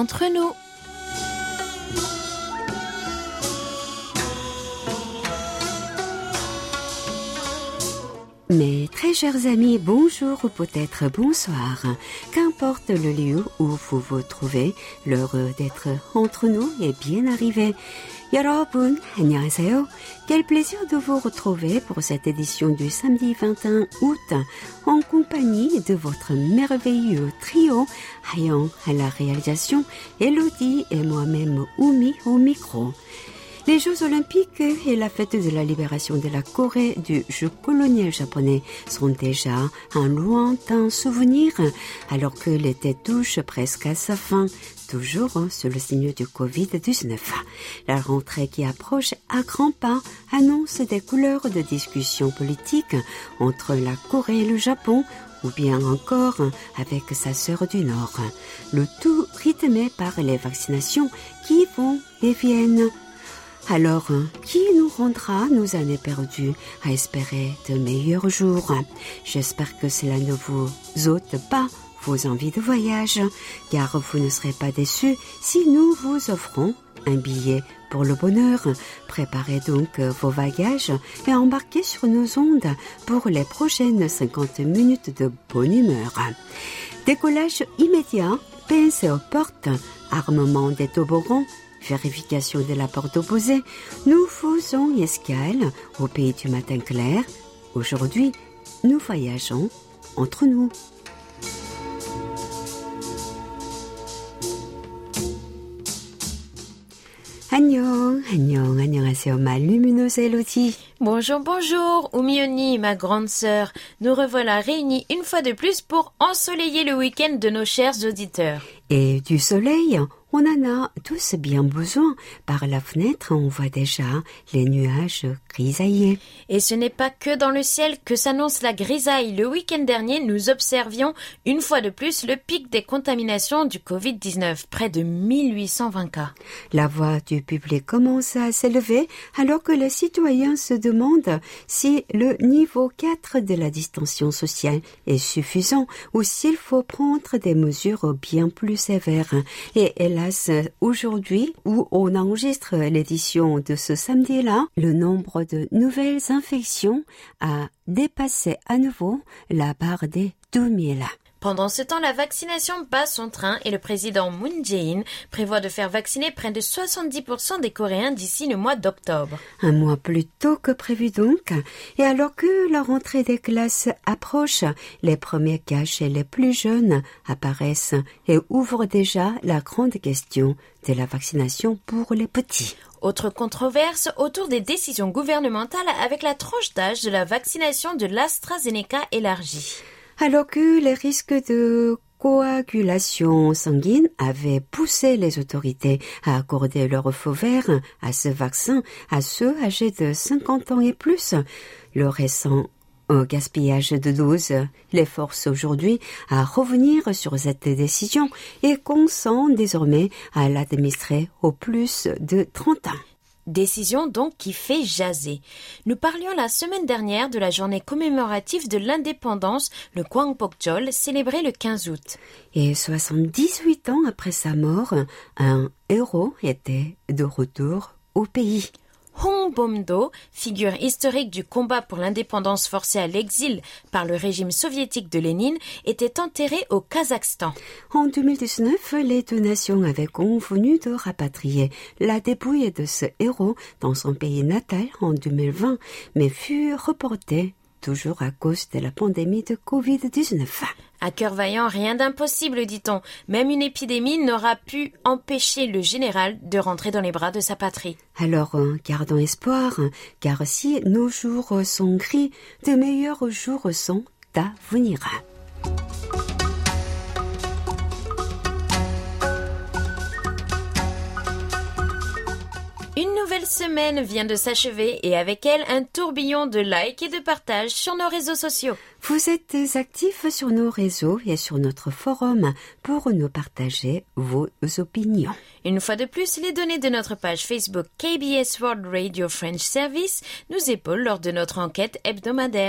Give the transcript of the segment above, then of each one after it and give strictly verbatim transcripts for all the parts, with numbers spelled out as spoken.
entre nous. Mes très chers amis, bonjour ou peut-être bonsoir. Qu'importe le lieu où vous vous trouvez, l'heure d'être entre nous est bien arrivée. 여러분, 안녕하세요. Quel plaisir de vous retrouver pour cette édition du samedi vingt et un août en compagnie de votre merveilleux trio, Hayan à la réalisation, Elodie et moi-même Oumi au micro. Les Jeux Olympiques et la fête de la libération de la Corée du jeu colonial japonais sont déjà un lointain souvenir, alors que l'été touche presque à sa fin, toujours sous le signe du covid dix-neuf. La rentrée qui approche à grands pas annonce des couleurs de discussion politique entre la Corée et le Japon, ou bien encore avec sa sœur du Nord. Le tout rythmé par les vaccinations qui vont et viennent. Alors, qui nous rendra nos années perdues à espérer de meilleurs jours? J'espère que cela ne vous ôte pas vos envies de voyage, car vous ne serez pas déçus si nous vous offrons un billet pour le bonheur. Préparez donc vos bagages et embarquez sur nos ondes pour les prochaines cinquante minutes de bonne humeur. Décollage immédiat, P S aux portes, armement des toboggans, vérification de la porte opposée, nous faisons escale au pays du matin clair. Aujourd'hui, nous voyageons entre nous. 안녕, 안녕, 안녕하세요, ma lumineuse Elodie. Bonjour, bonjour, Oumioni, ma grande sœur. Nous revoilà réunis une fois de plus pour ensoleiller le week-end de nos chers auditeurs. Et du soleil, on en a tous bien besoin. Par la fenêtre, on voit déjà les nuages grisaillés. Et ce n'est pas que dans le ciel que s'annonce la grisaille. Le week-end dernier, nous observions une fois de plus le pic des contaminations du covid dix-neuf, près de mille huit cent vingt cas. La voix du public commence à s'élever alors que les citoyens se demandent si le niveau quatre de la distanciation sociale est suffisant ou s'il faut prendre des mesures bien plus sévères. Et hélas, aujourd'hui, où on enregistre l'édition de ce samedi-là, le nombre de nouvelles infections a dépassé à nouveau la barre des deux mille. Pendant ce temps, la vaccination bat son train et le président Moon Jae-in prévoit de faire vacciner près de soixante-dix pour cent des Coréens d'ici le mois d'octobre. Un mois plus tôt que prévu donc. Et alors que la rentrée des classes approche, les premiers cas chez les plus jeunes apparaissent et ouvrent déjà la grande question de la vaccination pour les petits. Autre controverse autour des décisions gouvernementales avec la tranche d'âge de la vaccination de l'AstraZeneca élargie. Alors que les risques de coagulation sanguine avaient poussé les autorités à accorder leur feu vert à ce vaccin à ceux âgés de cinquante ans et plus, le récent gaspillage de doses les force aujourd'hui à revenir sur cette décision et consent désormais à l'administrer aux plus de trente ans. Décision donc qui fait jaser. Nous parlions la semaine dernière de la journée commémorative de l'indépendance, le Gwangbokjeol, célébrée le quinze août. Et soixante-dix-huit ans après sa mort, un héros était de retour au pays. Hong Bom-do, figure historique du combat pour l'indépendance forcée à l'exil par le régime soviétique de Lénine, était enterré au Kazakhstan. En deux mille dix-neuf, les deux nations avaient convenu de rapatrier la dépouille de ce héros dans son pays natal en deux mille vingt, mais fut reportée toujours à cause de la pandémie de covid dix-neuf. À cœur vaillant, rien d'impossible, dit-on. Même une épidémie n'aura pu empêcher le général de rentrer dans les bras de sa patrie. Alors, gardons espoir, car si nos jours sont gris, de meilleurs jours sont à venir. Une nouvelle semaine vient de s'achever et avec elle un tourbillon de likes et de partages sur nos réseaux sociaux. Vous êtes actifs sur nos réseaux et sur notre forum pour nous partager vos opinions. Une fois de plus, les données de notre page Facebook K B S World Radio French Service nous épaulent lors de notre enquête hebdomadaire.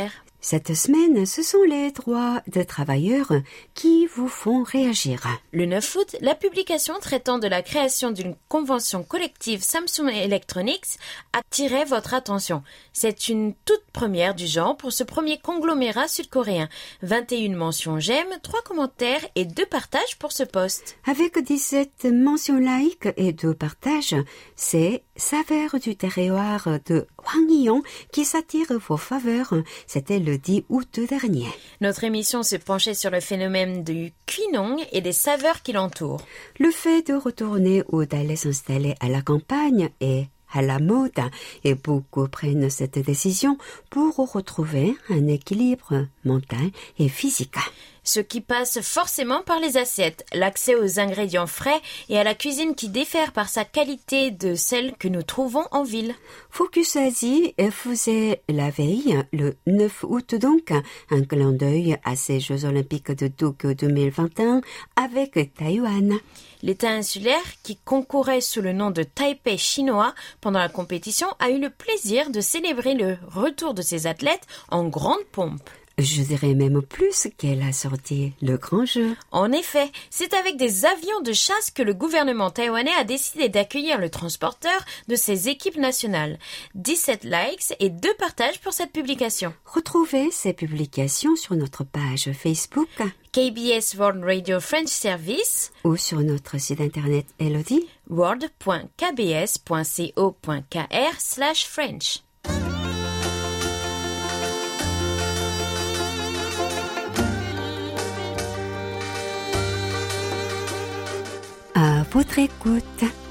Cette semaine, ce sont les droits de travailleurs qui vous font réagir. Le neuf août, la publication traitant de la création d'une convention collective Samsung Electronics attirait votre attention. C'est une toute première du genre pour ce premier conglomérat sud-coréen. vingt et une mentions j'aime, trois commentaires et deux partages pour ce post. Avec dix-sept mentions like et deux partages, c'est Saveur du terroir de Hwang Hee-yong qui s'attire vos faveurs. C'était le dix août dernier. Notre émission se penchait sur le phénomène du Kwinong et des saveurs qui l'entourent. Le fait de retourner ou d'aller s'installer à la campagne est à la mode et beaucoup prennent cette décision pour retrouver un équilibre mental et physique. Ce qui passe forcément par les assiettes, l'accès aux ingrédients frais et à la cuisine qui diffère par sa qualité de celle que nous trouvons en ville. Focus Asie faisait la veille, le neuf août donc, un clin d'œil à ces Jeux Olympiques de Tokyo deux mille vingt et un avec Taïwan. L'État insulaire, qui concourait sous le nom de Taipei chinois pendant la compétition, a eu le plaisir de célébrer le retour de ses athlètes en grande pompe. Je dirais même plus qu'elle a sorti le grand jeu. En effet, c'est avec des avions de chasse que le gouvernement taïwanais a décidé d'accueillir le transporteur de ses équipes nationales. dix-sept likes et deux partages pour cette publication. Retrouvez ces publications sur notre page Facebook K B S World Radio French Service ou sur notre site internet Elodie world point k b s point co point k r slash French. À votre écoute.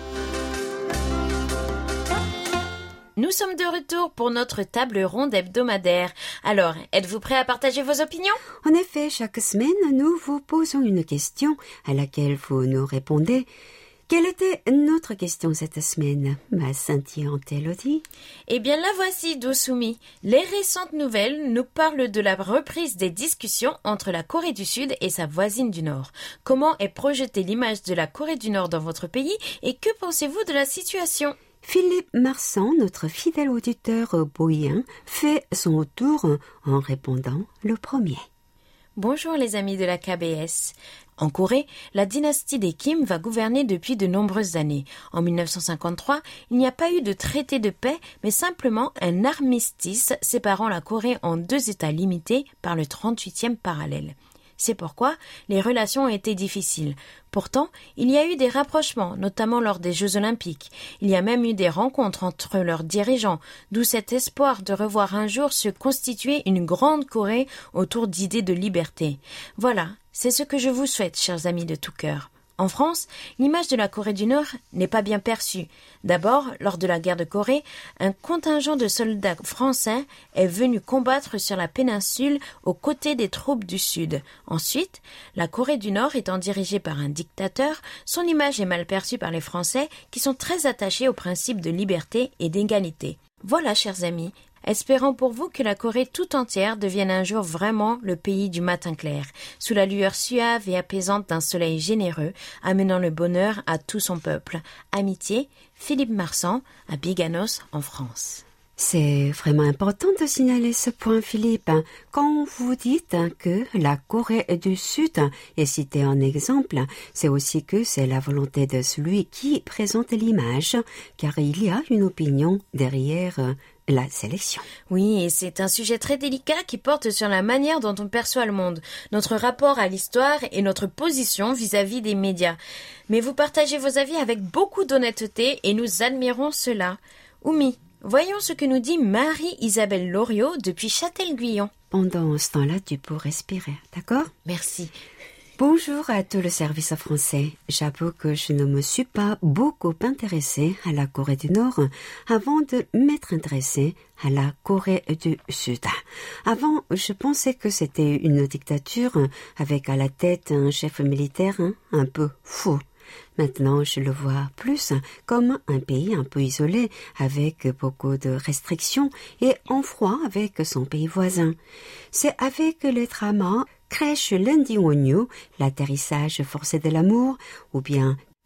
Nous sommes de retour pour notre table ronde hebdomadaire. Alors, êtes-vous prêts à partager vos opinions? En effet, chaque semaine, nous vous posons une question à laquelle vous nous répondez. Quelle était notre question cette semaine, ma scintillante Elodie? Eh bien, la voici, Dosumi. Les récentes nouvelles nous parlent de la reprise des discussions entre la Corée du Sud et sa voisine du Nord. Comment est projetée l'image de la Corée du Nord dans votre pays et que pensez-vous de la situation? Philippe Marsan, notre fidèle auditeur boïen, fait son tour en répondant le premier. Bonjour les amis de la K B S. En Corée, la dynastie des Kim va gouverner depuis de nombreuses années. En mille neuf cent cinquante-trois, il n'y a pas eu de traité de paix, mais simplement un armistice séparant la Corée en deux États limités par le trente-huitième parallèle. C'est pourquoi les relations ont été difficiles. Pourtant, il y a eu des rapprochements, notamment lors des Jeux Olympiques. Il y a même eu des rencontres entre leurs dirigeants, d'où cet espoir de revoir un jour se constituer une grande Corée autour d'idées de liberté. Voilà, c'est ce que je vous souhaite, chers amis de tout cœur. En France, l'image de la Corée du Nord n'est pas bien perçue. D'abord, lors de la guerre de Corée, un contingent de soldats français est venu combattre sur la péninsule aux côtés des troupes du Sud. Ensuite, la Corée du Nord étant dirigée par un dictateur, son image est mal perçue par les Français qui sont très attachés aux principes de liberté et d'égalité. Voilà, chers amis, espérons pour vous que la Corée tout entière devienne un jour vraiment le pays du matin clair, sous la lueur suave et apaisante d'un soleil généreux, amenant le bonheur à tout son peuple. Amitié, Philippe Marsan, à Biganos, en France. C'est vraiment important de signaler ce point, Philippe. Quand vous dites que la Corée du Sud est citée en exemple, c'est aussi que c'est la volonté de celui qui présente l'image, car il y a une opinion derrière la sélection. Oui, et c'est un sujet très délicat qui porte sur la manière dont on perçoit le monde, notre rapport à l'histoire et notre position vis-à-vis des médias. Mais vous partagez vos avis avec beaucoup d'honnêteté et nous admirons cela. Oumi, voyons ce que nous dit Marie-Isabelle Loriot depuis Châtel-Guyon. Pendant ce temps-là, tu peux respirer, d'accord? Merci. Bonjour à tout le service français. J'avoue que je ne me suis pas beaucoup intéressée à la Corée du Nord avant de m'être intéressée à la Corée du Sud. Avant, je pensais que c'était une dictature avec à la tête un chef militaire un peu fou. Maintenant, je le vois plus comme un pays un peu isolé, avec beaucoup de restrictions et en froid avec son pays voisin. C'est avec les dramas Crèche lundi oignon, l'atterrissage forcé de l'amour, ou bien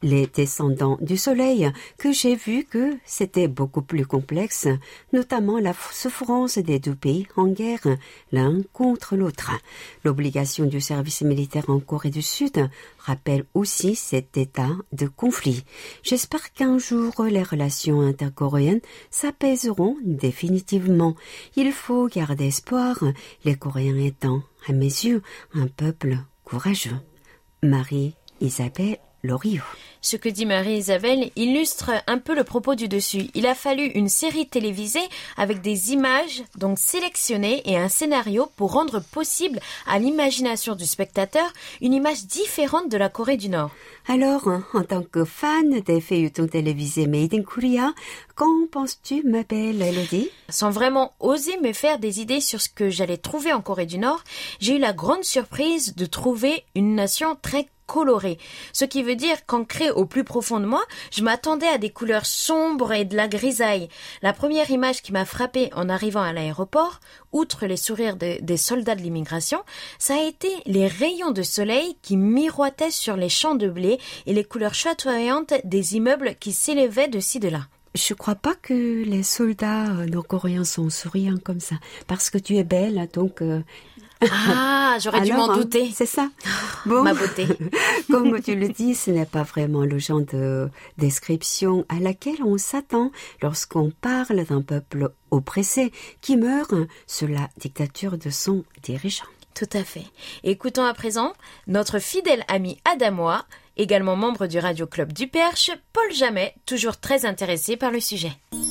les descendants du soleil, que j'ai vu que c'était beaucoup plus complexe, notamment la souffrance des deux pays en guerre, l'un contre l'autre. L'obligation du service militaire en Corée du Sud rappelle aussi cet état de conflit. J'espère qu'un jour les relations intercoréennes s'apaiseront définitivement. Il faut garder espoir, les Coréens étant, à mes yeux, un peuple courageux. Marie-Isabelle Loriot. Ce que dit Marie-Isabelle illustre un peu le propos du dessus. Il a fallu une série télévisée avec des images donc sélectionnées et un scénario pour rendre possible à l'imagination du spectateur une image différente de la Corée du Nord. Alors, en tant que fan des feuilletons télévisés Made in Korea, qu'en penses-tu, ma belle Elodie? Sans vraiment oser me faire des idées sur ce que j'allais trouver en Corée du Nord, j'ai eu la grande surprise de trouver une nation très colorée. Ce qui veut dire qu'ancré au plus profond de moi, je m'attendais à des couleurs sombres et de la grisaille. La première image qui m'a frappée en arrivant à l'aéroport, outre les sourires de, des soldats de l'immigration, ça a été les rayons de soleil qui miroitaient sur les champs de blé et les couleurs chatoyantes des immeubles qui s'élevaient de ci de là. Je crois pas que les soldats nord-coréens sont souriants comme ça, parce que tu es belle, donc... Euh... Ah, j'aurais dû Alors, m'en hein, douter. C'est ça. Bon. Ma beauté. Comme tu le dis, ce n'est pas vraiment le genre de description à laquelle on s'attend lorsqu'on parle d'un peuple oppressé qui meurt sous la dictature de son dirigeant. Tout à fait. Écoutons à présent notre fidèle ami Adamois, également membre du Radio Club du Perche, Paul Jamet, toujours très intéressé par le sujet.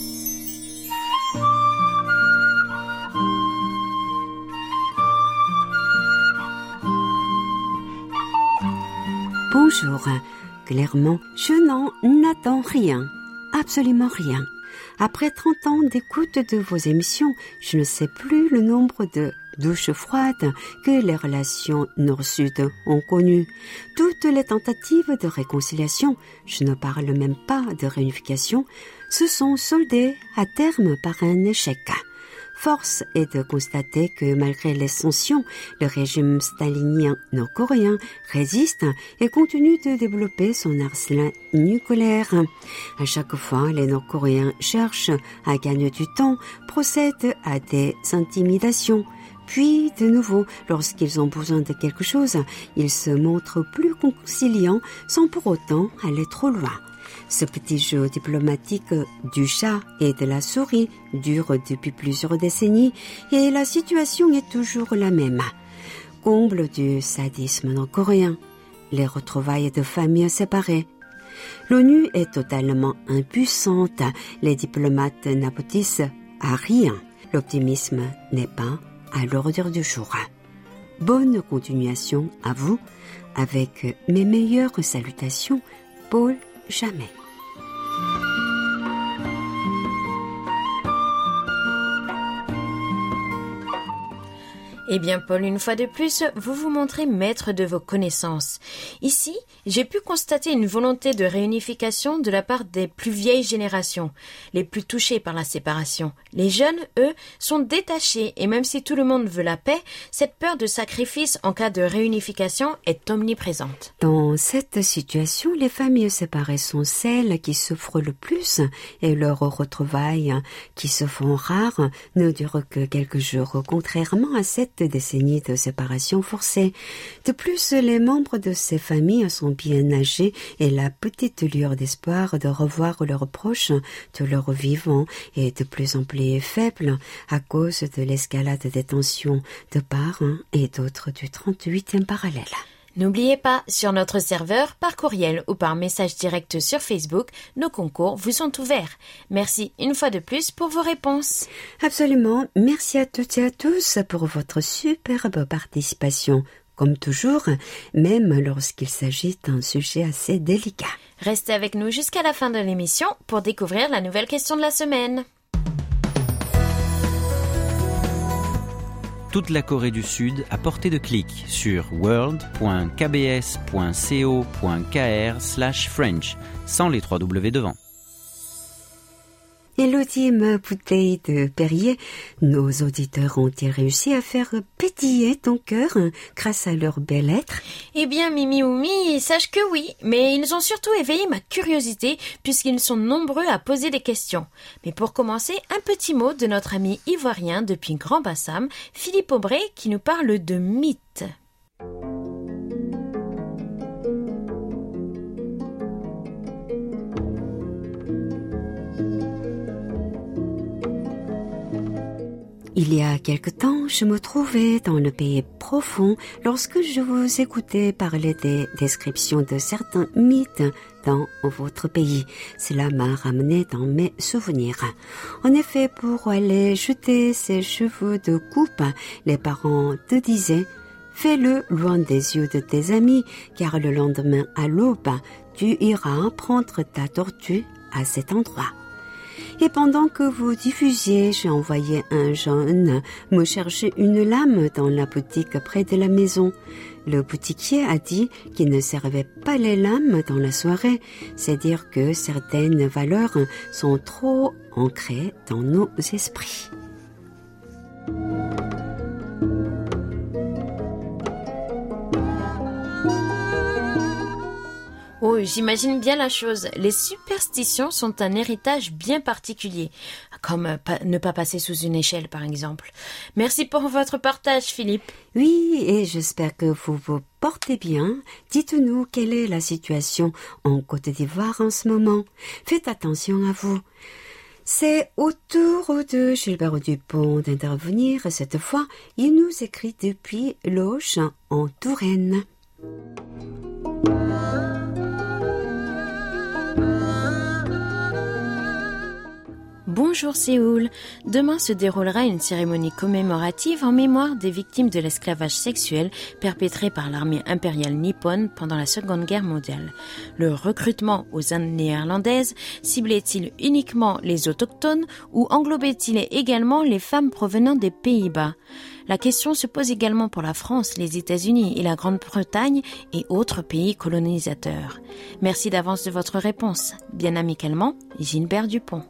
Bonjour. Clairement, je n'en attends rien. Absolument rien. Après trente ans d'écoute de vos émissions, je ne sais plus le nombre de douches froides que les relations nord-sud ont connues. Toutes les tentatives de réconciliation, je ne parle même pas de réunification, se sont soldées à terme par un échec. Force est de constater que malgré les sanctions, le régime stalinien nord-coréen résiste et continue de développer son arsenal nucléaire. À chaque fois, les Nord-Coréens cherchent à gagner du temps, procèdent à des intimidations. Puis, de nouveau, lorsqu'ils ont besoin de quelque chose, ils se montrent plus conciliants sans pour autant aller trop loin. Ce petit jeu diplomatique du chat et de la souris dure depuis plusieurs décennies et la situation est toujours la même. Comble du sadisme nord-coréen, les retrouvailles de familles séparées. L'ONU est totalement impuissante, les diplomates n'aboutissent à rien. L'optimisme n'est pas à l'ordre du jour. Bonne continuation à vous, avec mes meilleures salutations, Paul Jamet. Eh bien, Paul, une fois de plus, vous vous montrez maître de vos connaissances. Ici, j'ai pu constater une volonté de réunification de la part des plus vieilles générations, les plus touchées par la séparation. Les jeunes, eux, sont détachés et même si tout le monde veut la paix, cette peur de sacrifice en cas de réunification est omniprésente. Dans cette situation, les familles séparées sont celles qui souffrent le plus et leurs retrouvailles, qui se font rares, ne durent que quelques jours, contrairement à cette décennies de séparation forcée. De plus, les membres de ces familles sont bien âgés et la petite lueur d'espoir de revoir leurs proches de leur vivant est de plus en plus faible à cause de l'escalade des tensions de part et d'autre du trente-huitième parallèle. N'oubliez pas, sur notre serveur, par courriel ou par message direct sur Facebook, nos concours vous sont ouverts. Merci une fois de plus pour vos réponses. Absolument. Merci à toutes et à tous pour votre superbe participation. Comme toujours, même lorsqu'il s'agit d'un sujet assez délicat. Restez avec nous jusqu'à la fin de l'émission pour découvrir la nouvelle question de la semaine. Toute la Corée du Sud à portée de clic sur world point k b s point co point k r slash french sans les trois W devant. Et l'ultime bouteille de Perrier, nos auditeurs ont-ils réussi à faire pétiller ton cœur grâce à leurs belles lettres? Eh bien, Mimi Oumi, sache que oui, mais ils ont surtout éveillé ma curiosité puisqu'ils sont nombreux à poser des questions. Mais pour commencer, un petit mot de notre ami ivoirien depuis Grand Bassam, Philippe Aubray, qui nous parle de mythes. Il y a quelque temps, je me trouvais dans le pays profond lorsque je vous écoutais parler des descriptions de certains mythes dans votre pays. Cela m'a ramené dans mes souvenirs. En effet, pour aller jeter ses cheveux de coupe, les parents te disaient « Fais-le loin des yeux de tes amis, car le lendemain à l'aube, tu iras prendre ta tortue à cet endroit. » Et pendant que vous diffusiez, j'ai envoyé un jeune me chercher une lame dans la boutique près de la maison. Le boutiquier a dit qu'il ne servait pas les lames dans la soirée. C'est dire que certaines valeurs sont trop ancrées dans nos esprits. Oh, j'imagine bien la chose. Les superstitions sont un héritage bien particulier, comme ne pas passer sous une échelle, par exemple. Merci pour votre partage, Philippe. Oui, et j'espère que vous vous portez bien. Dites-nous quelle est la situation en Côte d'Ivoire en ce moment. Faites attention à vous. C'est au tour de Gilbert Dupont d'intervenir. Cette fois, il nous écrit depuis Loches en Touraine. Bonjour Séoul. Demain se déroulera une cérémonie commémorative en mémoire des victimes de l'esclavage sexuel perpétré par l'armée impériale nippone pendant la Seconde Guerre mondiale. Le recrutement aux Indes néerlandaises ciblait-il uniquement les autochtones ou englobait-il également les femmes provenant des Pays-Bas? La question se pose également pour la France, les États-Unis et la Grande-Bretagne et autres pays colonisateurs. Merci d'avance de votre réponse. Bien amicalement, Gilbert Dupont.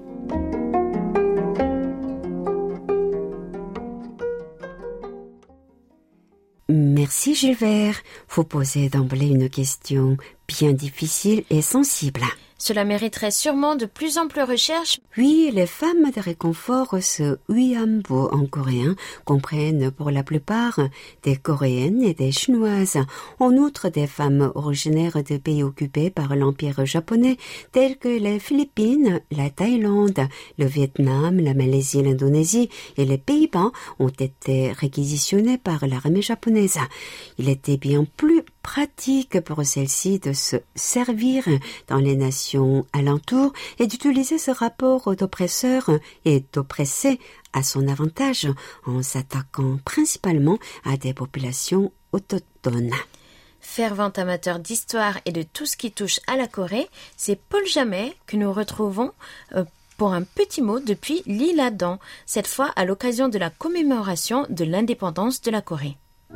Merci Gilbert. Vous posez d'emblée une question bien difficile et sensible. Cela mériterait sûrement de plus amples recherches. Oui, les femmes de réconfort, ce Uyambo en coréen, comprennent pour la plupart des Coréennes et des Chinoises. En outre, des femmes originaires de pays occupés par l'Empire japonais, tels que les Philippines, la Thaïlande, le Vietnam, la Malaisie, l'Indonésie et les Pays-Bas, ont été réquisitionnées par l'armée japonaise. Il était bien plus pratique pour celle-ci de se servir dans les nations alentours et d'utiliser ce rapport d'oppresseur et d'oppressé à son avantage en s'attaquant principalement à des populations autochtones. Fervent amateur d'histoire et de tout ce qui touche à la Corée, c'est Paul Jamet que nous retrouvons euh, pour un petit mot depuis l'île Adam, cette fois à l'occasion de la commémoration de l'indépendance de la Corée.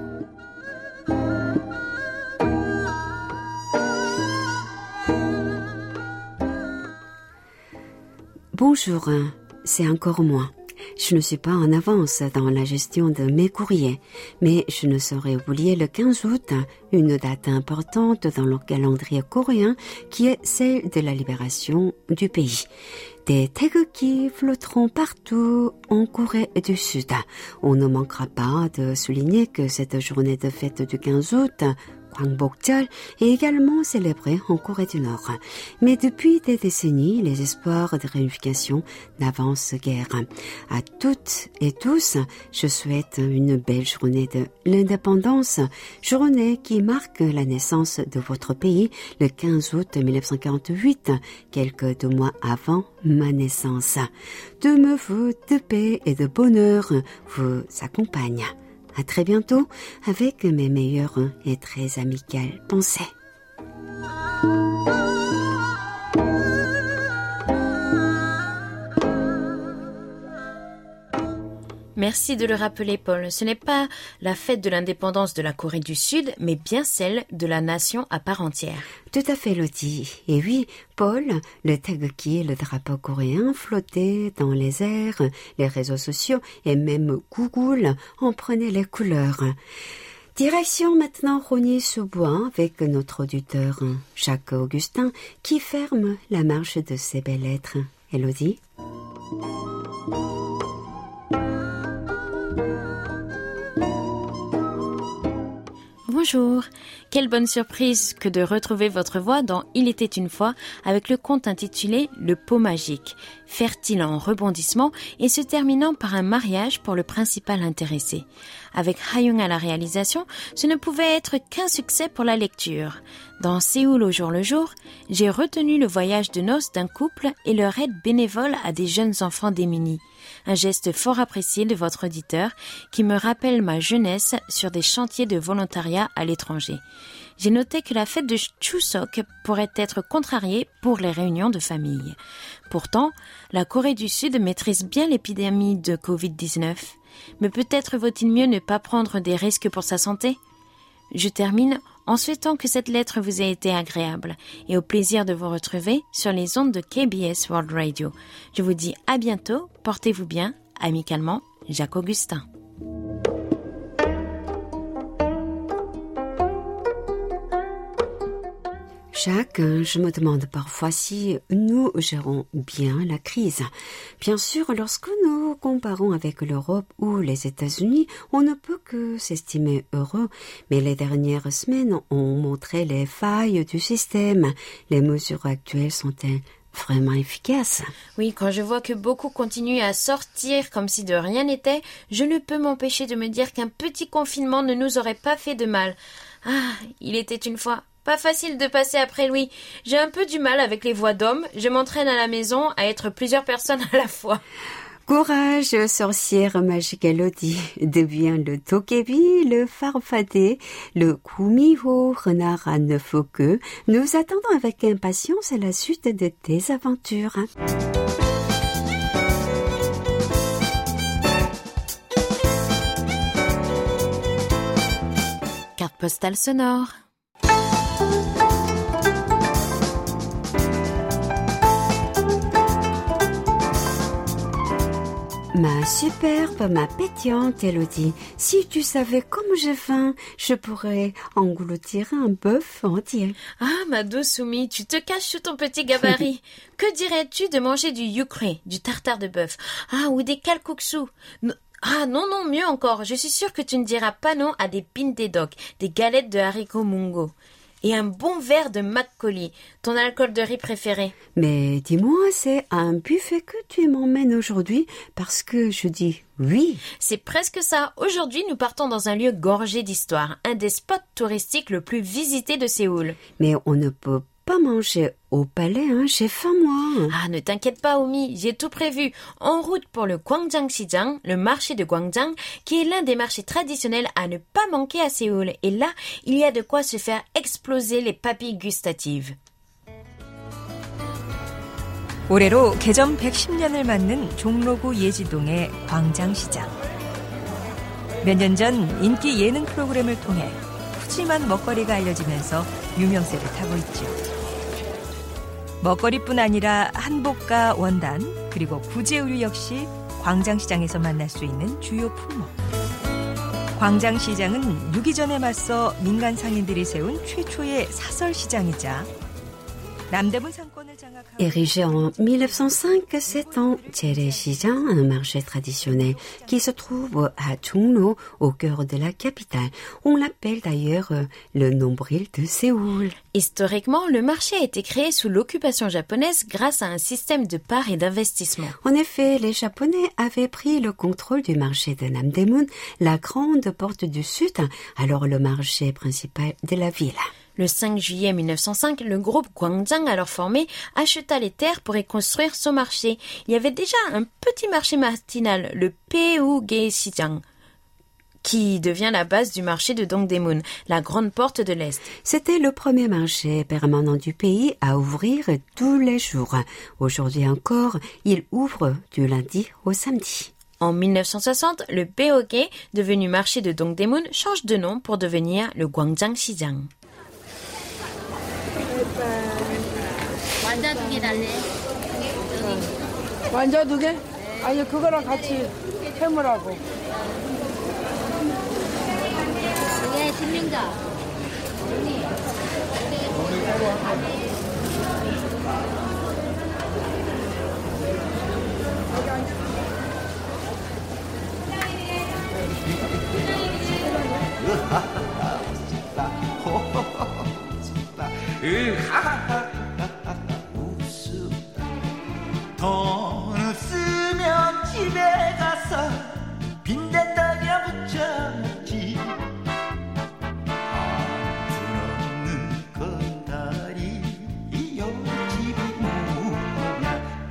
Bonjour, c'est encore moi. Je ne suis pas en avance dans la gestion de mes courriers, mais je ne saurais oublier le quinze août, une date importante dans le calendrier coréen qui est celle de la libération du pays. Des taegeukis flotteront partout en Corée du Sud. On ne manquera pas de souligner que cette journée de fête du quinze août, Gwangbokjeol, est également célébrée en Corée du Nord. Mais depuis des décennies, les espoirs de réunification n'avancent guère. À toutes et tous, je souhaite une belle journée de l'indépendance, journée qui marque la naissance de votre pays le quinze août mille neuf cent quarante-huit, quelques deux mois avant ma naissance. De me vœux de paix et de bonheur vous accompagnent. À très bientôt avec mes meilleures et très amicales pensées. Merci de le rappeler, Paul. Ce n'est pas la fête de l'indépendance de la Corée du Sud, mais bien celle de la nation à part entière. Tout à fait, Lottie. Et oui, Paul, le taegukgi, le drapeau coréen, flottait dans les airs, les réseaux sociaux et même Google en prenait les couleurs. Direction maintenant Rogny-sous-Bois avec notre auditeur Jacques Augustin qui ferme la marche de ses belles lettres. Elodie? Bonjour, quelle bonne surprise que de retrouver votre voix dans Il était une fois avec le conte intitulé Le pot magique, fertile en rebondissements et se terminant par un mariage pour le principal intéressé. Avec Ha-young à la réalisation, ce ne pouvait être qu'un succès pour la lecture. Dans Séoul au jour le jour, j'ai retenu le voyage de noces d'un couple et leur aide bénévole à des jeunes enfants démunis. Un geste fort apprécié de votre auditeur qui me rappelle ma jeunesse sur des chantiers de volontariat à l'étranger. J'ai noté que la fête de Chuseok pourrait être contrariée pour les réunions de famille. Pourtant, la Corée du Sud maîtrise bien l'épidémie de covid dix-neuf. Mais peut-être vaut-il mieux ne pas prendre des risques pour sa santé ? Je termine en souhaitant que cette lettre vous ait été agréable et au plaisir de vous retrouver sur les ondes de K B S World Radio. Je vous dis à bientôt, portez-vous bien, amicalement, Jacques Augustin. Jacques, je me demande parfois si nous gérons bien la crise. Bien sûr, lorsque nous comparons avec l'Europe ou les États-Unis, on ne peut que s'estimer heureux. Mais les dernières semaines ont montré les failles du système. Les mesures actuelles sont-elles vraiment efficaces? Oui, quand je vois que beaucoup continuent à sortir comme si de rien n'était, je ne peux m'empêcher de me dire qu'un petit confinement ne nous aurait pas fait de mal. Ah, il était une fois... Pas facile de passer après Louis. J'ai un peu du mal avec les voix d'hommes. Je m'entraîne à la maison à être plusieurs personnes à la fois. Courage, sorcière magique Elodie. Devient le tokebi, le farfadet, le kumiho, renard à neuf queues. Nous attendons avec impatience la suite de tes aventures. Carte postale sonore. Ma superbe, ma pétillante Elodie, si tu savais comme j'ai faim, je pourrais engloutir un bœuf entier. Ah, ma douce Soumi, tu te caches sous ton petit gabarit. Que dirais-tu de manger du yukre, du tartare de bœuf? Ah, ou des kalguksu? Ah non, non, mieux encore, je suis sûre que tu ne diras pas non à des pintedok, des galettes de haricots mungo. Et un bon verre de makgeolli, ton alcool de riz préféré. Mais dis-moi, c'est un buffet que tu m'emmènes aujourd'hui parce que je dis oui. C'est presque ça. Aujourd'hui, nous partons dans un lieu gorgé d'histoire, un des spots touristiques le plus visités de Séoul. Mais on ne peut pas manger au palais, hein, j'ai faim moi. Ah, ne t'inquiète pas, Omi, j'ai tout prévu. En route pour le Gwangjang-sijang, le marché de Gwangjang, qui est l'un des marchés traditionnels à ne pas manquer à Séoul. Et là, il y a de quoi se faire exploser les papilles gustatives. 올해로 개점 백십 년을 맞는 종로구 예지동의 광장시장. 몇 년 전 인기 예능 프로그램을 통해 푸짐한 먹거리가 알려지면서 유명세를 타고 있죠. 먹거리뿐 아니라 한복과 원단, 그리고 구제의류 역시 광장시장에서 만날 수 있는 주요 품목. 광장시장은 유기전에 맞서 민간 상인들이 세운 최초의 사설시장이자 남대문 상권을 장악하고 Érigé en mille neuf cent cinq, c'est en Jere시장, un marché traditionnel qui se trouve à Jongno, au cœur de la capitale. On l'appelle d'ailleurs le nombril de Séoul. Historiquement, le marché a été créé sous l'occupation japonaise grâce à un système de parts et d'investissement. En effet, les Japonais avaient pris le contrôle du marché de Namdaemun, la grande porte du sud, alors le marché principal de la ville. Le cinq juillet mille neuf cent cinq, le groupe Gwangjang alors formé acheta les terres pour y construire son marché. Il y avait déjà un petit marché matinal, le Peugye-sijang, qui devient la base du marché de Dongdaemun, la grande porte de l'Est. C'était le premier marché permanent du pays à ouvrir tous les jours. Aujourd'hui encore, il ouvre du lundi au samedi. En dix-neuf cent soixante, le Beogae, devenu marché de Dongdaemun, change de nom pour devenir le Gwangjang-Sijang. 완자 두 개 달래. 완자 두 개? 아니 그거랑 같이 해물하고. 이게 진민가. 돈 없으면 집에 가서 빈대떡이나 부쳐 먹지. 돈 없는 건달이 옆집이 뭐냐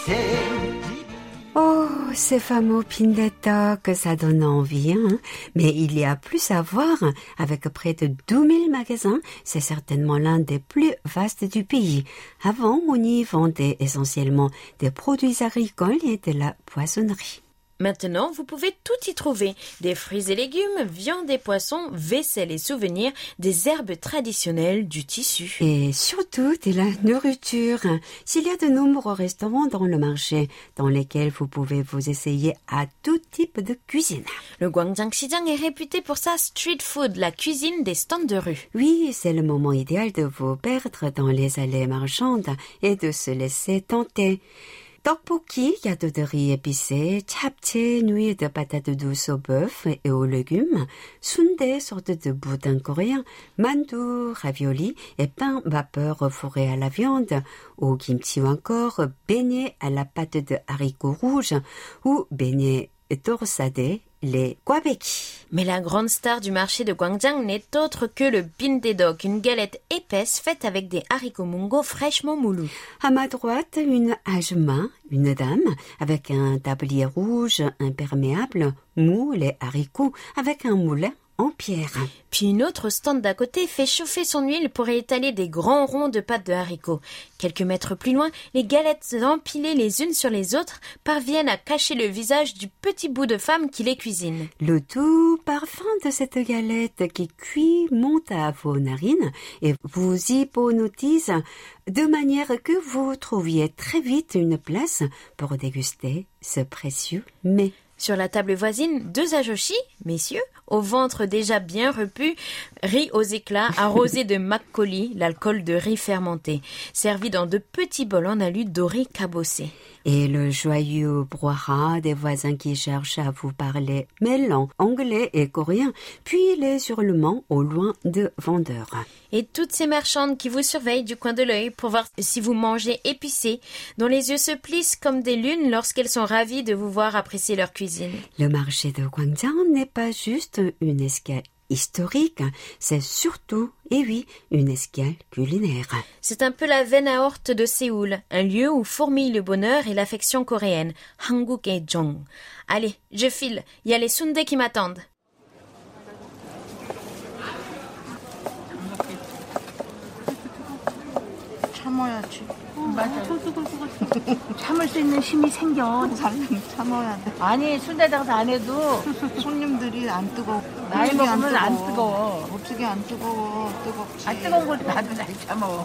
기생집. Oh, ces fameux pindetok, ça donne envie, hein? Mais il y a plus à voir. Avec près de deux mille magasins, c'est certainement l'un des plus vastes du pays. Avant, on y vendait essentiellement des produits agricoles et de la poissonnerie. Maintenant, vous pouvez tout y trouver. Des fruits et légumes, viande et poissons, vaisselle et souvenirs, des herbes traditionnelles, du tissu. Et surtout de la nourriture. S'il y a de nombreux restaurants dans le marché, dans lesquels vous pouvez vous essayer à tout type de cuisine. Le Gwangjang-Sijang est réputé pour sa street food, la cuisine des stands de rue. Oui, c'est le moment idéal de vous perdre dans les allées marchandes et de se laisser tenter. Tteokbokki, gâteau de riz épicé, japchae, nouilles de patates douces au bœuf et aux légumes, sundae, sorte de boudin coréen, mandu, ravioli et pain vapeur fourré à la viande, ou kimchi ou encore beignets à la pâte de haricots rouges ou beignets torsadés, les gwabeki. Mais la grande star du marché de Gwangjang n'est autre que le bindedok, une galette épaisse faite avec des haricots mungo fraîchement moulus. À ma droite, une ajma, une dame, avec un tablier rouge imperméable, mou les haricots avec un moulin en pierre. Puis une autre stand d'à côté fait chauffer son huile pour y étaler des grands ronds de pâte de haricots. Quelques mètres plus loin, les galettes empilées les unes sur les autres parviennent à cacher le visage du petit bout de femme qui les cuisine. Le doux parfum de cette galette qui cuit monte à vos narines et vous hypnotise de manière que vous trouviez très vite une place pour déguster ce précieux mets. Sur la table voisine, deux ajoshi, messieurs, au ventre déjà bien repu, riz aux éclats, arrosé de makgeolli, l'alcool de riz fermenté, servi dans de petits bols en alu doré cabossé. Et le joyeux brouhaha des voisins qui cherchent à vous parler mêlant anglais et coréen, puis les hurlements au loin de vendeurs. Et toutes ces marchandes qui vous surveillent du coin de l'œil pour voir si vous mangez épicé, dont les yeux se plissent comme des lunes lorsqu'elles sont ravies de vous voir apprécier leur cuisine. Le marché de Gwangjang n'est pas juste une escale historique, c'est surtout, et oui, une escale culinaire. C'est un peu la veine aorte de Séoul, un lieu où fourmille le bonheur et l'affection coréenne. Hanguk Jong. Allez, je file, il y a les sundae qui m'attendent. 참아야지. 맞아. 참을 수 있는 힘이 생겨. 참아야 돼. 아니 순대 장사 안 해도 손님들이 안 뜨거워. 나이 먹으면 안 뜨거워. 어떻게 안 뜨거워? 뜨겁지. 안 뜨거운 걸 나도 잘 참어.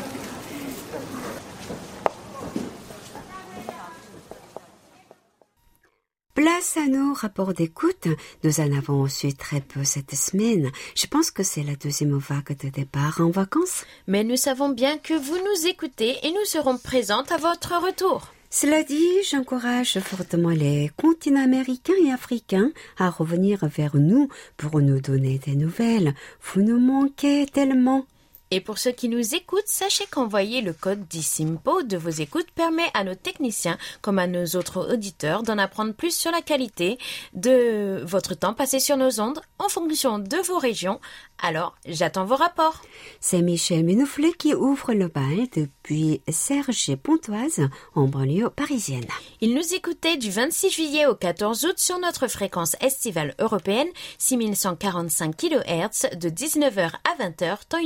Place à nos rapports d'écoute. Nous en avons reçu très peu cette semaine. Je pense que c'est la deuxième vague de départ en vacances. Mais nous savons bien que vous nous écoutez et nous serons présentes à votre retour. Cela dit, j'encourage fortement les continents américains et africains à revenir vers nous pour nous donner des nouvelles. Vous nous manquez tellement. Et pour ceux qui nous écoutent, sachez qu'envoyer le code DISIMPO de vos écoutes permet à nos techniciens, comme à nos autres auditeurs, d'en apprendre plus sur la qualité de votre temps passé sur nos ondes en fonction de vos régions. Alors, j'attends vos rapports. C'est Michel Menouflet qui ouvre le bal depuis Serge et Pontoise, en banlieue parisienne. Il nous écoutait du vingt-six juillet au quatorze août sur notre fréquence estivale européenne, six mille cent quarante-cinq kilohertz, de dix-neuf heures à vingt heures, temps universel.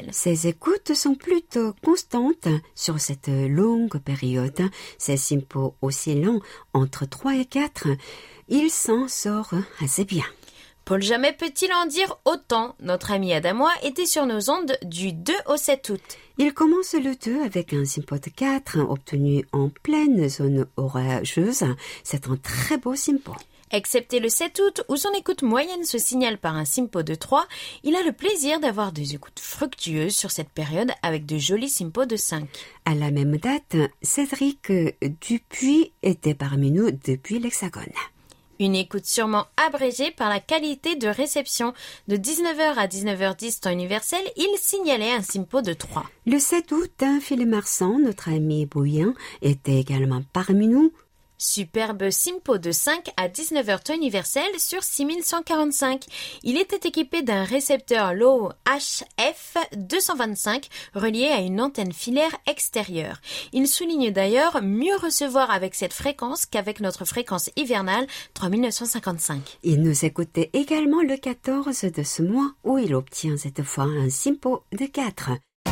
universelle. Ses écoutes sont plutôt constantes sur cette longue période. Ces simpos oscillant entre trois et quatre, il s'en sort assez bien. Paul jamais peut-il en dire autant. Notre ami Adamois était sur nos ondes du deux au sept août. Il commence le deux avec un simpo de quatre obtenu en pleine zone orageuse. C'est un très beau simpo. Excepté le sept août où son écoute moyenne se signale par un simpo de trois, il a le plaisir d'avoir des écoutes fructueuses sur cette période avec de jolis simpos de cinq. À la même date, Cédric Dupuis était parmi nous depuis l'Hexagone. Une écoute sûrement abrégée par la qualité de réception. De dix-neuf heures à dix-neuf heures dix temps universel, il signalait un simpo de trois. Le sept août, Philippe Marsan, notre ami bouillant, était également parmi nous. Superbe simpo de cinq à dix-neuf heures temps universel sur six mille cent quarante-cinq. Il était équipé d'un récepteur low H F deux cent vingt-cinq relié à une antenne filaire extérieure. Il souligne d'ailleurs mieux recevoir avec cette fréquence qu'avec notre fréquence hivernale trois mille neuf cent cinquante-cinq. Il nous écoutait également le quatorze de ce mois où il obtient cette fois un simpo de quatre.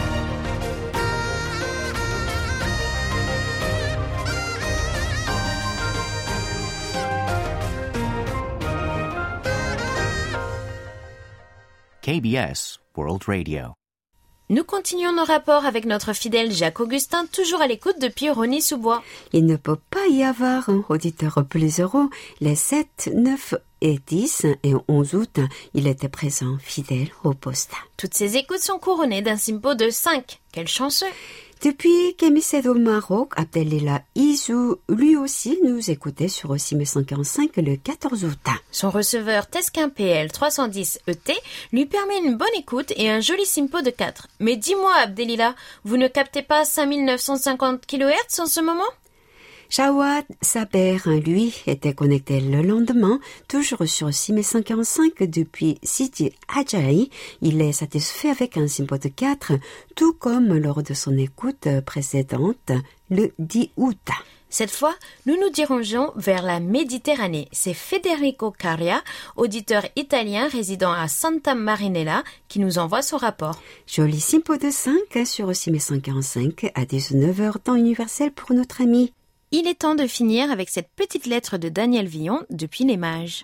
K B S World Radio. Nous continuons nos rapports avec notre fidèle Jacques Augustin, toujours à l'écoute depuis Rosny-sous-Bois. Il ne peut pas y avoir un auditeur plus heureux. Les sept, neuf et dix et onze août, il était présent, fidèle au poste. Toutes ces écoutes sont couronnées d'un simpo de cinq. Quel chanceux! Depuis qu'émissait au Maroc, Abdelila Izou, lui aussi, nous écoutait sur six mille cent quarante-cinq le quatorze août. Son receveur Tesquin P L trois cent dix E T lui permet une bonne écoute et un joli simpo de quatre. Mais dis-moi, Abdelila, vous ne captez pas cinq mille neuf cent cinquante kilohertz en ce moment? Jawad Saber, lui, était connecté le lendemain, toujours sur six mille cent quarante-cinq depuis Sidi Adjaï. Il est satisfait avec un simpo de quatre, tout comme lors de son écoute précédente, le dix août. Cette fois, nous nous dirigeons vers la Méditerranée. C'est Federico Caria, auditeur italien résidant à Santa Marinella, qui nous envoie son rapport. Joli simpo de cinq sur six mille cent quarante-cinq à dix-neuf heures temps universel pour notre ami. Il est temps de finir avec cette petite lettre de Daniel Villon depuis les Mages.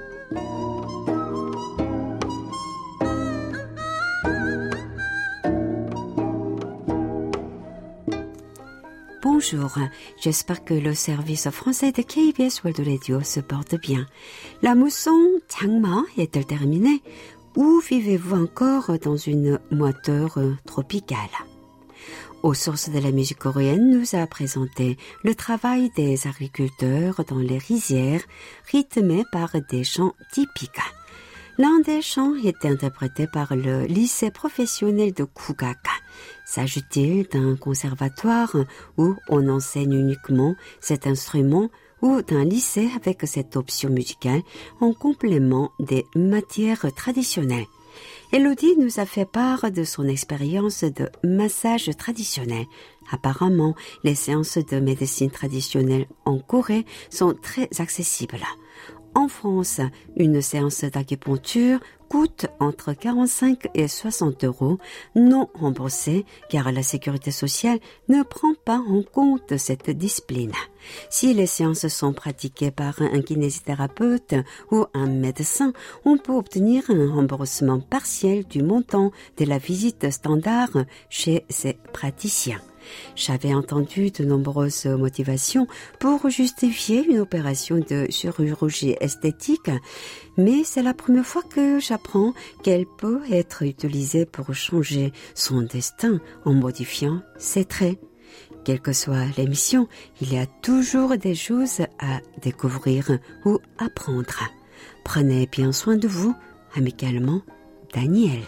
Bonjour, j'espère que le service français de K B S World Radio se porte bien. La mousson Changma est-elle terminée ou vivez-vous encore dans une moiteur tropicale? Aux sources de la musique coréenne nous a présenté le travail des agriculteurs dans les rizières, rythmé par des chants typiques. L'un des chants était interprété par le lycée professionnel de Kugak. S'agit-il d'un conservatoire où on enseigne uniquement cet instrument ou d'un lycée avec cette option musicale en complément des matières traditionnelles? Elodie nous a fait part de son expérience de massage traditionnel. Apparemment, les séances de médecine traditionnelle en Corée sont très accessibles. En France, une séance d'acupuncture coûte entre quarante-cinq et soixante euros, non remboursée car la sécurité sociale ne prend pas en compte cette discipline. Si les séances sont pratiquées par un kinésithérapeute ou un médecin, on peut obtenir un remboursement partiel du montant de la visite standard chez ces praticiens. J'avais entendu de nombreuses motivations pour justifier une opération de chirurgie esthétique, mais c'est la première fois que j'apprends qu'elle peut être utilisée pour changer son destin en modifiant ses traits. Quelle que soit l'émission, il y a toujours des choses à découvrir ou apprendre. Prenez bien soin de vous. Amicalement, Daniel.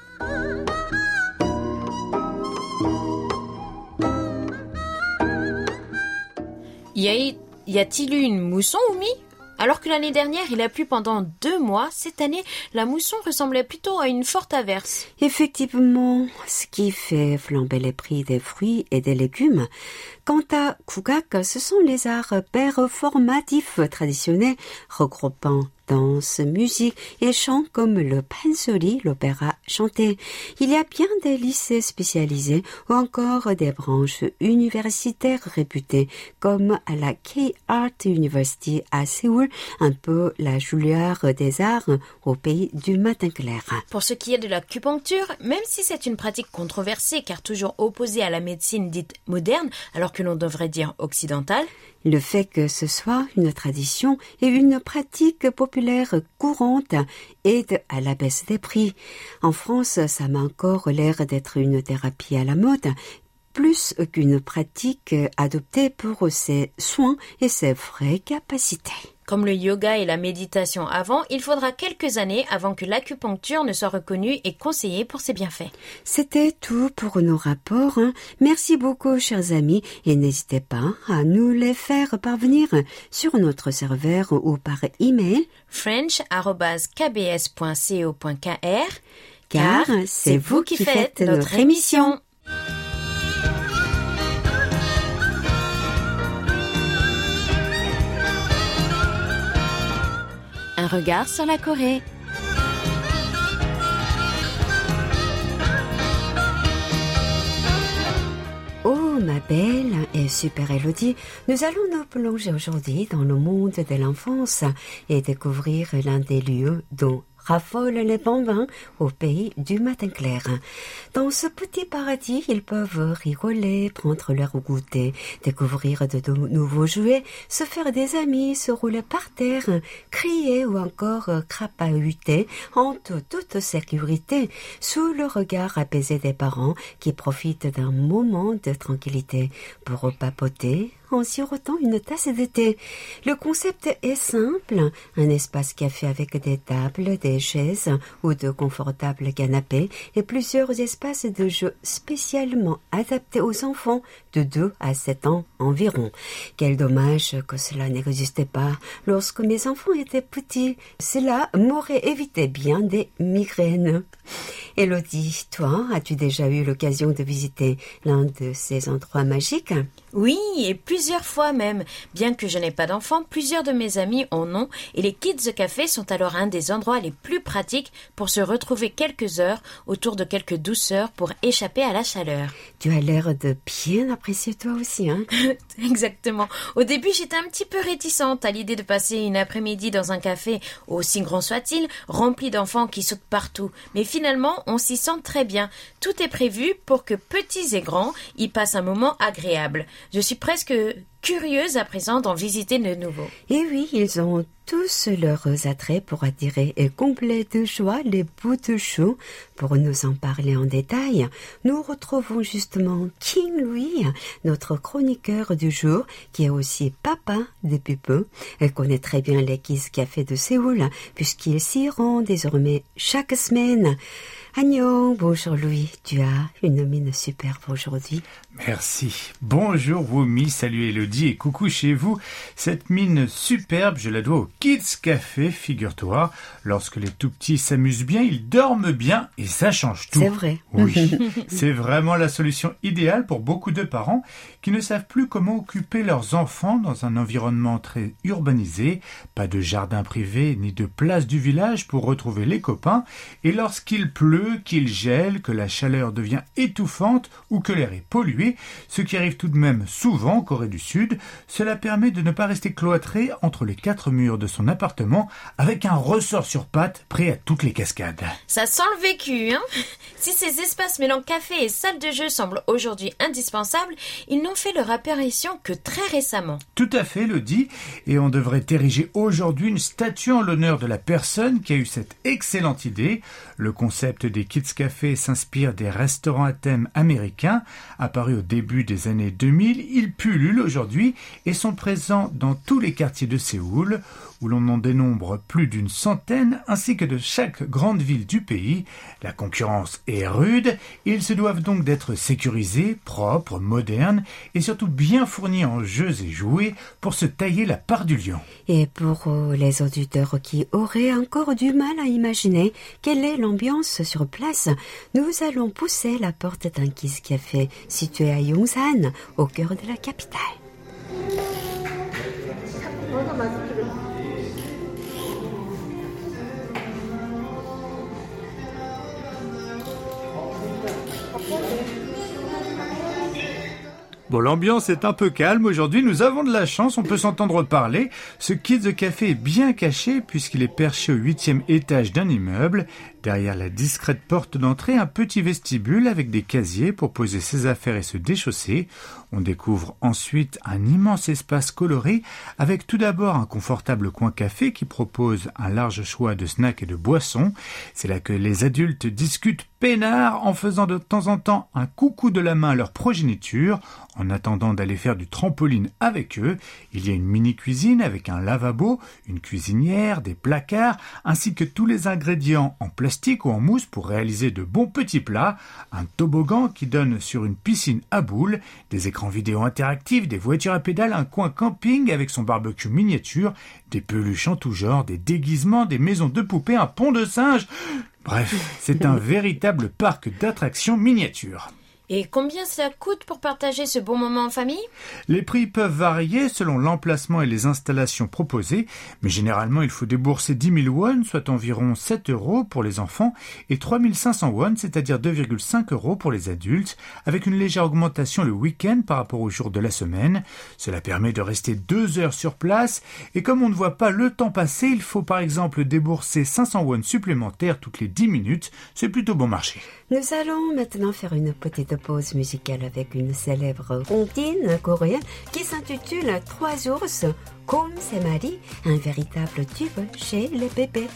Y a, y a-t-il eu une mousson, Oumi? Alors que l'année dernière, il a plu pendant deux mois, cette année, la mousson ressemblait plutôt à une forte averse. Effectivement, ce qui fait flamber les prix des fruits et des légumes. Quant à Kugak, ce sont les arts performatifs traditionnels regroupant danse, musique et chant comme le pansori, l'opéra chanter. Il y a bien des lycées spécialisés ou encore des branches universitaires réputées comme à la K-Art University à Séoul, un peu la Juilliard des Arts au pays du matin clair. Pour ce qui est de l'acupuncture, même si c'est une pratique controversée car toujours opposée à la médecine dite moderne alors que l'on devrait dire occidentale, le fait que ce soit une tradition et une pratique populaire courante aide à la baisse des prix. En France, ça m'a encore l'air d'être une thérapie à la mode, plus qu'une pratique adoptée pour ses soins et ses vraies capacités. Comme le yoga et la méditation avant, il faudra quelques années avant que l'acupuncture ne soit reconnue et conseillée pour ses bienfaits. C'était tout pour nos rapports. Merci beaucoup, chers amis, et n'hésitez pas à nous les faire parvenir sur notre serveur ou par email french arobase k b s point co point k r car c'est vous qui faites notre émission. Un regard sur la Corée. Oh, ma belle et super Elodie, nous allons nous plonger aujourd'hui dans le monde de l'enfance et découvrir l'un des lieux dont raffolent les bambins au pays du matin clair. Dans ce petit paradis, ils peuvent rigoler, prendre leur goûter, découvrir de, de nouveaux jouets, se faire des amis, se rouler par terre, crier ou encore crapahuter en toute sécurité sous le regard apaisé des parents qui profitent d'un moment de tranquillité pour papoter en sirotant une tasse de thé. Le concept est simple, un espace café avec des tables, des chaises ou de confortables canapés et plusieurs espaces de jeu spécialement adaptés aux enfants de deux à sept ans environ. Quel dommage que cela n'existait pas lorsque mes enfants étaient petits. Cela m'aurait évité bien des migraines. Elodie, toi, as-tu déjà eu l'occasion de visiter l'un de ces endroits magiques? Oui, et plusieurs fois même. Bien que je n'ai pas d'enfants, plusieurs de mes amis en ont et les Kids Café sont alors un des endroits les plus pratiques pour se retrouver quelques heures autour de quelques douceurs pour échapper à la chaleur. Tu as l'air de bien apprécier toi aussi, hein? Exactement. Au début, j'étais un petit peu réticente à l'idée de passer une après-midi dans un café, aussi grand soit-il, rempli d'enfants qui sautent partout. Mais finalement, on s'y sent très bien. Tout est prévu pour que petits et grands y passent un moment agréable. Je suis presque curieuse à présent d'en visiter de nouveau. Et oui, ils ont tous leurs attraits pour attirer et combler de joie les bouts de chou. Pour nous en parler en détail, nous retrouvons justement King Louis, notre chroniqueur du jour, qui est aussi papa depuis peu. Elle connaît très bien les Kids Café de Séoul, puisqu'il s'y rend désormais chaque semaine. Agnon, bonjour Louis, tu as une mine superbe aujourd'hui. Merci. Bonjour Wumi, salut Elodie et coucou chez vous. Cette mine superbe, je la dois au Kids Café, figure-toi. Lorsque les tout-petits s'amusent bien, ils dorment bien et ça change tout. C'est vrai. Oui, c'est vraiment la solution idéale pour beaucoup de parents qui ne savent plus comment occuper leurs enfants dans un environnement très urbanisé, pas de jardin privé ni de place du village pour retrouver les copains, et lorsqu'il pleut, qu'il gèle, que la chaleur devient étouffante ou que l'air est pollué, ce qui arrive tout de même souvent en Corée du Sud, cela permet de ne pas rester cloîtré entre les quatre murs de son appartement avec un ressort sur pattes prêt à toutes les cascades. Ça sent le vécu, hein? Si ces espaces mêlant café et salle de jeu semblent aujourd'hui indispensables, ils n'ont fait leur apparition que très récemment. Tout à fait, le dit, et on devrait ériger aujourd'hui une statue en l'honneur de la personne qui a eu cette excellente idée. Le concept des Kids Café s'inspire des restaurants à thème américains. Apparus au début des années deux mille, ils pullulent aujourd'hui et sont présents dans tous les quartiers de Séoul, où l'on en dénombre plus d'une centaine, ainsi que de chaque grande ville du pays. La concurrence est rude, et ils se doivent donc d'être sécurisés, propres, modernes, et surtout bien fournis en jeux et jouets pour se tailler la part du lion. Et pour les auditeurs qui auraient encore du mal à imaginer quelle est l'ambiance sur place, nous allons pousser la porte d'un Kids Café situé à Yongsan, au cœur de la capitale. Bon, l'ambiance est un peu calme aujourd'hui, nous avons de la chance, on peut s'entendre parler. Ce Kids Café est bien caché puisqu'il est perché au huitième étage d'un immeuble. Derrière la discrète porte d'entrée, un petit vestibule avec des casiers pour poser ses affaires et se déchausser. On découvre ensuite un immense espace coloré avec tout d'abord un confortable coin café qui propose un large choix de snacks et de boissons. C'est là que les adultes discutent peinard en faisant de temps en temps un coucou de la main à leur progéniture. En attendant d'aller faire du trampoline avec eux, il y a une mini-cuisine avec un lavabo, une cuisinière, des placards, ainsi que tous les ingrédients en plastique ou en mousse pour réaliser de bons petits plats, un toboggan qui donne sur une piscine à boules, des écrans vidéo interactifs, des voitures à pédales, un coin camping avec son barbecue miniature, des peluches en tout genre, des déguisements, des maisons de poupées, un pont de singes. Bref, c'est un véritable parc d'attractions miniature. Et combien ça coûte pour partager ce bon moment en famille ? Les prix peuvent varier selon l'emplacement et les installations proposées, mais généralement il faut débourser dix mille won, soit environ sept euros pour les enfants, et trois mille cinq cents won, c'est-à-dire deux virgule cinq euros pour les adultes, avec une légère augmentation le week-end par rapport aux jours de la semaine. Cela permet de rester deux heures sur place, et comme on ne voit pas le temps passer, il faut par exemple débourser cinq cents won supplémentaires toutes les dix minutes. C'est plutôt bon marché. Nous allons maintenant faire une petite pause musicale avec une célèbre comptine coréenne qui s'intitule Trois ours, comme c'est Marie, un véritable tube chez les bébés.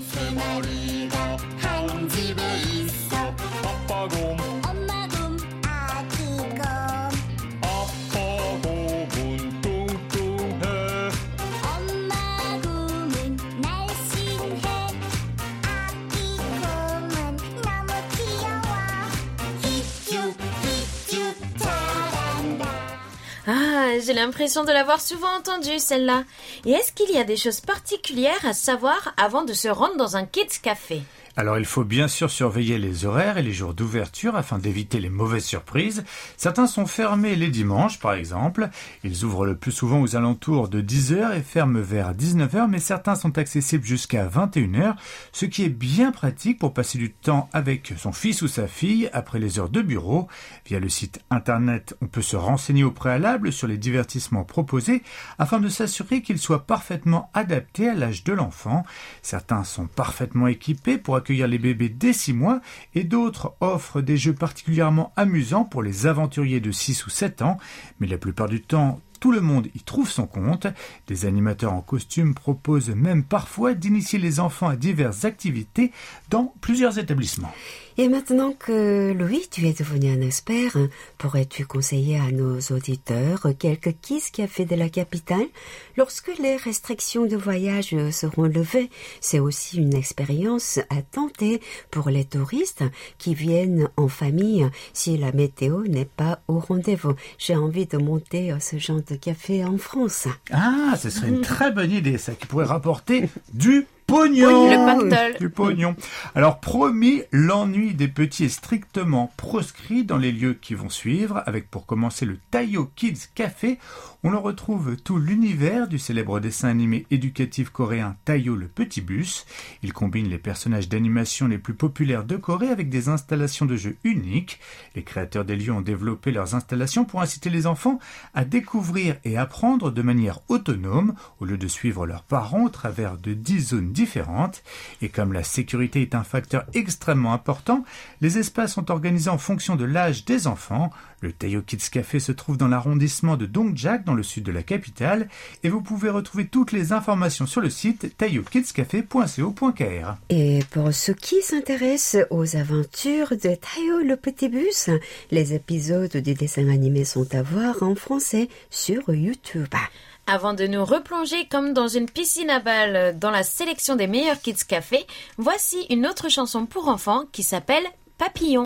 Ah, j'ai l'impression de l'avoir souvent entendue, celle-là. Et est-ce qu'il y a des choses particulières à savoir avant de se rendre dans un Kids Café ? Alors il faut bien sûr surveiller les horaires et les jours d'ouverture afin d'éviter les mauvaises surprises. Certains sont fermés les dimanches par exemple. Ils ouvrent le plus souvent aux alentours de dix heures et ferment vers dix-neuf heures, mais certains sont accessibles jusqu'à vingt et une heures, ce qui est bien pratique pour passer du temps avec son fils ou sa fille après les heures de bureau. Via le site internet, on peut se renseigner au préalable sur les divertissements proposés afin de s'assurer qu'ils soient parfaitement adaptés à l'âge de l'enfant. Certains sont parfaitement équipés pour accueillir les bébés dès six mois et d'autres offrent des jeux particulièrement amusants pour les aventuriers de six ou sept ans, mais la plupart du temps, tout le monde y trouve son compte. Des animateurs en costume proposent même parfois d'initier les enfants à diverses activités dans plusieurs établissements. Et maintenant que Louis, tu es devenu un expert, pourrais-tu conseiller à nos auditeurs quelques Kids Café de la capitale lorsque les restrictions de voyage seront levées? C'est aussi une expérience à tenter pour les touristes qui viennent en famille si la météo n'est pas au rendez-vous. J'ai envie de monter à ce genre de café en France. Ah, ce serait une très bonne idée, ça, qui pourrait rapporter du pognon. Oui, le pactole. Du pognon. Alors, promis, l'ennui des petits est strictement proscrit dans les lieux qui vont suivre, avec pour commencer le Tayo Kids Café. On le retrouve tout l'univers du célèbre dessin animé éducatif coréen Tayo le Petit Bus. Il combine les personnages d'animation les plus populaires de Corée avec des installations de jeux uniques. Les créateurs des lieux ont développé leurs installations pour inciter les enfants à découvrir et apprendre de manière autonome, au lieu de suivre leurs parents au travers de dix zones différentes. Et comme la sécurité est un facteur extrêmement important, les espaces sont organisés en fonction de l'âge des enfants. Le Tayo Kids Café se trouve dans l'arrondissement de Dongjak, dans le sud de la capitale, et vous pouvez retrouver toutes les informations sur le site tayo kids café point co point k r. Et pour ceux qui s'intéressent aux aventures de Tayo le Petit Bus, les épisodes du dessin animé sont à voir en français sur YouTube. Avant de nous replonger comme dans une piscine à balles dans la sélection des meilleurs Kids Café, voici une autre chanson pour enfants qui s'appelle Papillon.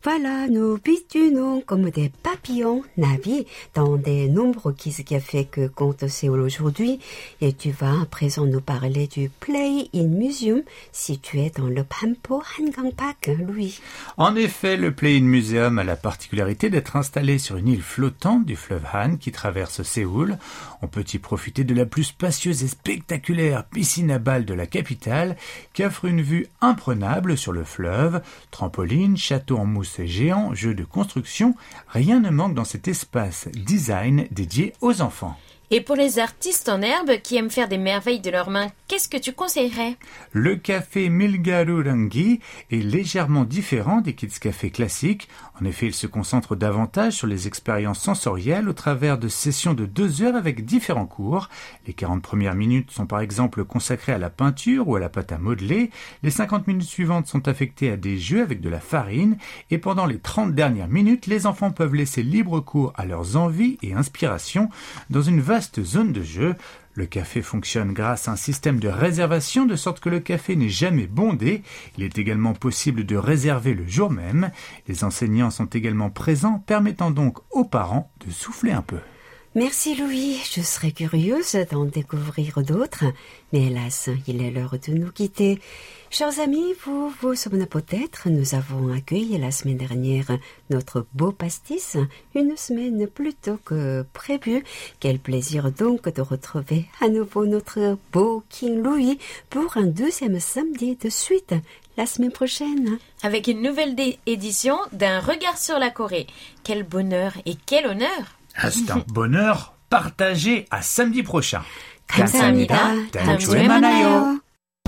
Voilà, nous bidonnons comme des papillons navis dans des nombreux kids cafés que compte Séoul aujourd'hui. Et tu vas à présent nous parler du Play in Museum situé dans le Pampo Hangang Park, Louis. En effet, le Play in Museum a la particularité d'être installé sur une île flottante du fleuve Han qui traverse Séoul. On peut y profiter de la plus spacieuse et spectaculaire piscine à balles de la capitale qui offre une vue imprenable sur le fleuve, trampoline, château en mousse géant, jeux de construction, rien ne manque dans cet espace design dédié aux enfants. Et pour les artistes en herbe qui aiment faire des merveilles de leurs mains, qu'est-ce que tu conseillerais? Le café Milgarurangi est légèrement différent des Kids Café classiques. En effet, il se concentre davantage sur les expériences sensorielles au travers de sessions de deux heures avec différents cours. Les quarante premières minutes sont par exemple consacrées à la peinture ou à la pâte à modeler. Les cinquante minutes suivantes sont affectées à des jeux avec de la farine. Et pendant les trente dernières minutes, les enfants peuvent laisser libre cours à leurs envies et inspirations dans une vaste zone de jeu. Le café fonctionne grâce à un système de réservation de sorte que le café n'est jamais bondé. Il est également possible de réserver le jour même. Les enseignants sont également présents, permettant donc aux parents de souffler un peu. Merci Louis, je serais curieuse d'en découvrir d'autres, mais hélas, il est l'heure de nous quitter. Chers amis, vous vous souvenez peut-être, nous avons accueilli la semaine dernière notre beau pastis, une semaine plus tôt que prévu. Quel plaisir donc de retrouver à nouveau notre beau King Louis pour un deuxième samedi de suite. La semaine prochaine. Avec une nouvelle dé- édition d'un regard sur la Corée. Quel bonheur et quel honneur! Ah, c'est un bonheur partagé. À samedi prochain. 감사합니다. 다음 주에 만나요.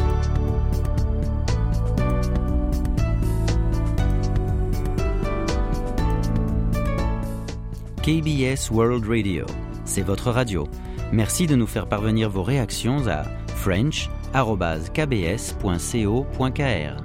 K B S World Radio, c'est votre radio. Merci de nous faire parvenir vos réactions à french arobase k b s point co point k r.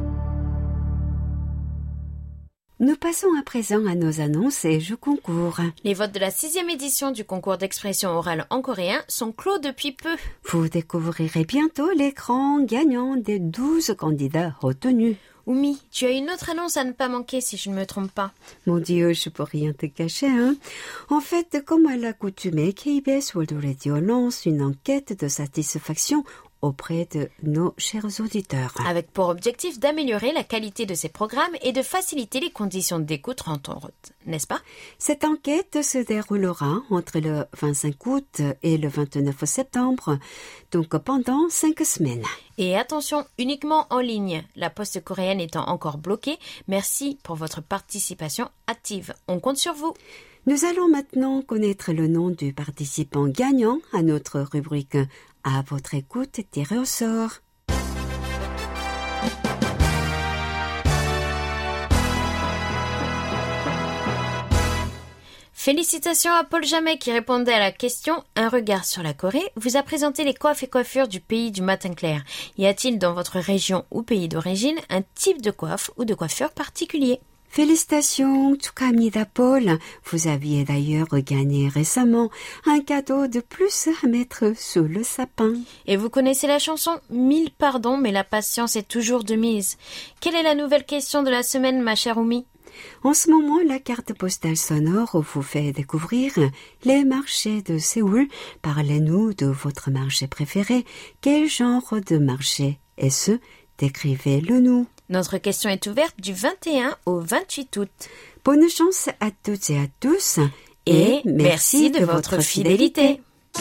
Nous passons à présent à nos annonces et jeux concours. Les votes de la sixième édition du concours d'expression orale en coréen sont clos depuis peu. Vous découvrirez bientôt les grands gagnants des douze candidats retenus. Oumi, tu as une autre annonce à ne pas manquer si je ne me trompe pas. Mon Dieu, je peux rien te cacher, hein. En fait, comme à l'accoutumée, K B S World Radio lance une enquête de satisfaction auprès de nos chers auditeurs. Avec pour objectif d'améliorer la qualité de ces programmes et de faciliter les conditions d'écoute en temps route, n'est-ce pas? Cette enquête se déroulera entre le vingt-cinq août et le vingt-neuf septembre, donc pendant cinq semaines. Et attention, uniquement en ligne, la poste coréenne étant encore bloquée. Merci pour votre participation active. On compte sur vous. Nous allons maintenant connaître le nom du participant gagnant à notre rubrique À votre écoute, tiré au sort. Félicitations à Paul Jamet qui répondait à la question « Un regard sur la Corée » vous a présenté les coiffes et coiffures du pays du matin clair. Y a-t-il dans votre région ou pays d'origine un type de coiffe ou de coiffure particulier? Félicitations, 축하합니다, Paul. Vous aviez d'ailleurs gagné récemment un cadeau de plus à mettre sous le sapin. Et vous connaissez la chanson « Mille pardons, mais la patience est toujours de mise ». Quelle est la nouvelle question de la semaine, ma chère Oumi? En ce moment, la carte postale sonore vous fait découvrir les marchés de Séoul. Parlez-nous de votre marché préféré. Quel genre de marché est-ce? Décrivez-le nous. Notre question est ouverte du vingt et un au vingt-huit août. Bonne chance à toutes et à tous. Et, et merci de, de votre fidélité. fidélité.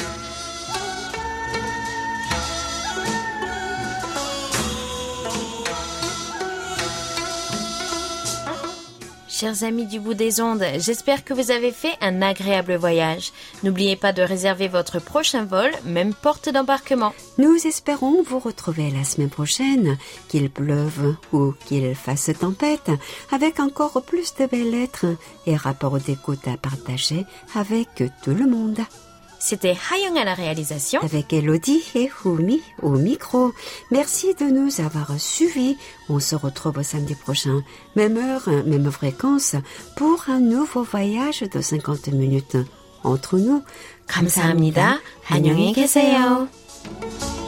Chers amis du bout des ondes, j'espère que vous avez fait un agréable voyage. N'oubliez pas de réserver votre prochain vol, même porte d'embarquement. Nous espérons vous retrouver la semaine prochaine, qu'il pleuve ou qu'il fasse tempête, avec encore plus de belles lettres et rapports d'écoute à partager avec tout le monde. C'était Hayoung à la réalisation. Avec Elodie et Oumi au micro. Merci de nous avoir suivis. On se retrouve samedi prochain. Même heure, même fréquence pour un nouveau voyage de cinquante minutes. Entre nous. 감사합니다. 안녕히 계세요.